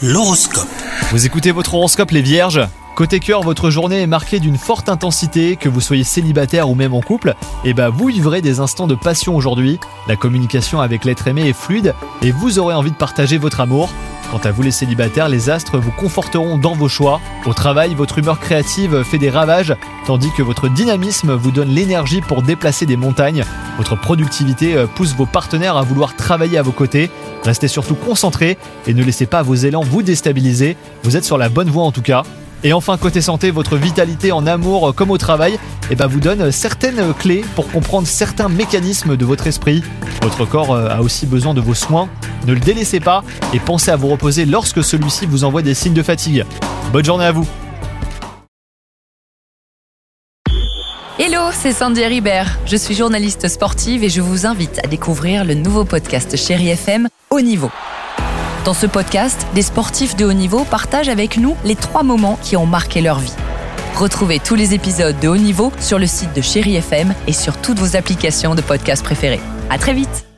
L'horoscope. Vous écoutez votre horoscope les vierges ? Côté cœur, votre journée est marquée d'une forte intensité, que vous soyez célibataire ou même en couple, vous vivrez des instants de passion aujourd'hui. La communication avec l'être aimé est fluide et vous aurez envie de partager votre amour. Quant à vous les célibataires, les astres vous conforteront dans vos choix. Au travail, votre humeur créative fait des ravages, tandis que votre dynamisme vous donne l'énergie pour déplacer des montagnes. Votre productivité pousse vos partenaires à vouloir travailler à vos côtés. Restez surtout concentrés et ne laissez pas vos élans vous déstabiliser. Vous êtes sur la bonne voie en tout cas. Et enfin, côté santé, votre vitalité en amour comme au travail vous donne certaines clés pour comprendre certains mécanismes de votre esprit. Votre corps a aussi besoin de vos soins. Ne le délaissez pas et pensez à vous reposer lorsque celui-ci vous envoie des signes de fatigue. Bonne journée à vous. Hello, c'est Sandy Ribert. Je suis journaliste sportive et je vous invite à découvrir le nouveau podcast Chéri FM, Haut Niveau. Dans ce podcast, des sportifs de haut niveau partagent avec nous les 3 moments qui ont marqué leur vie. Retrouvez tous les épisodes de Haut Niveau sur le site de Chéri FM et sur toutes vos applications de podcast préférées. À très vite.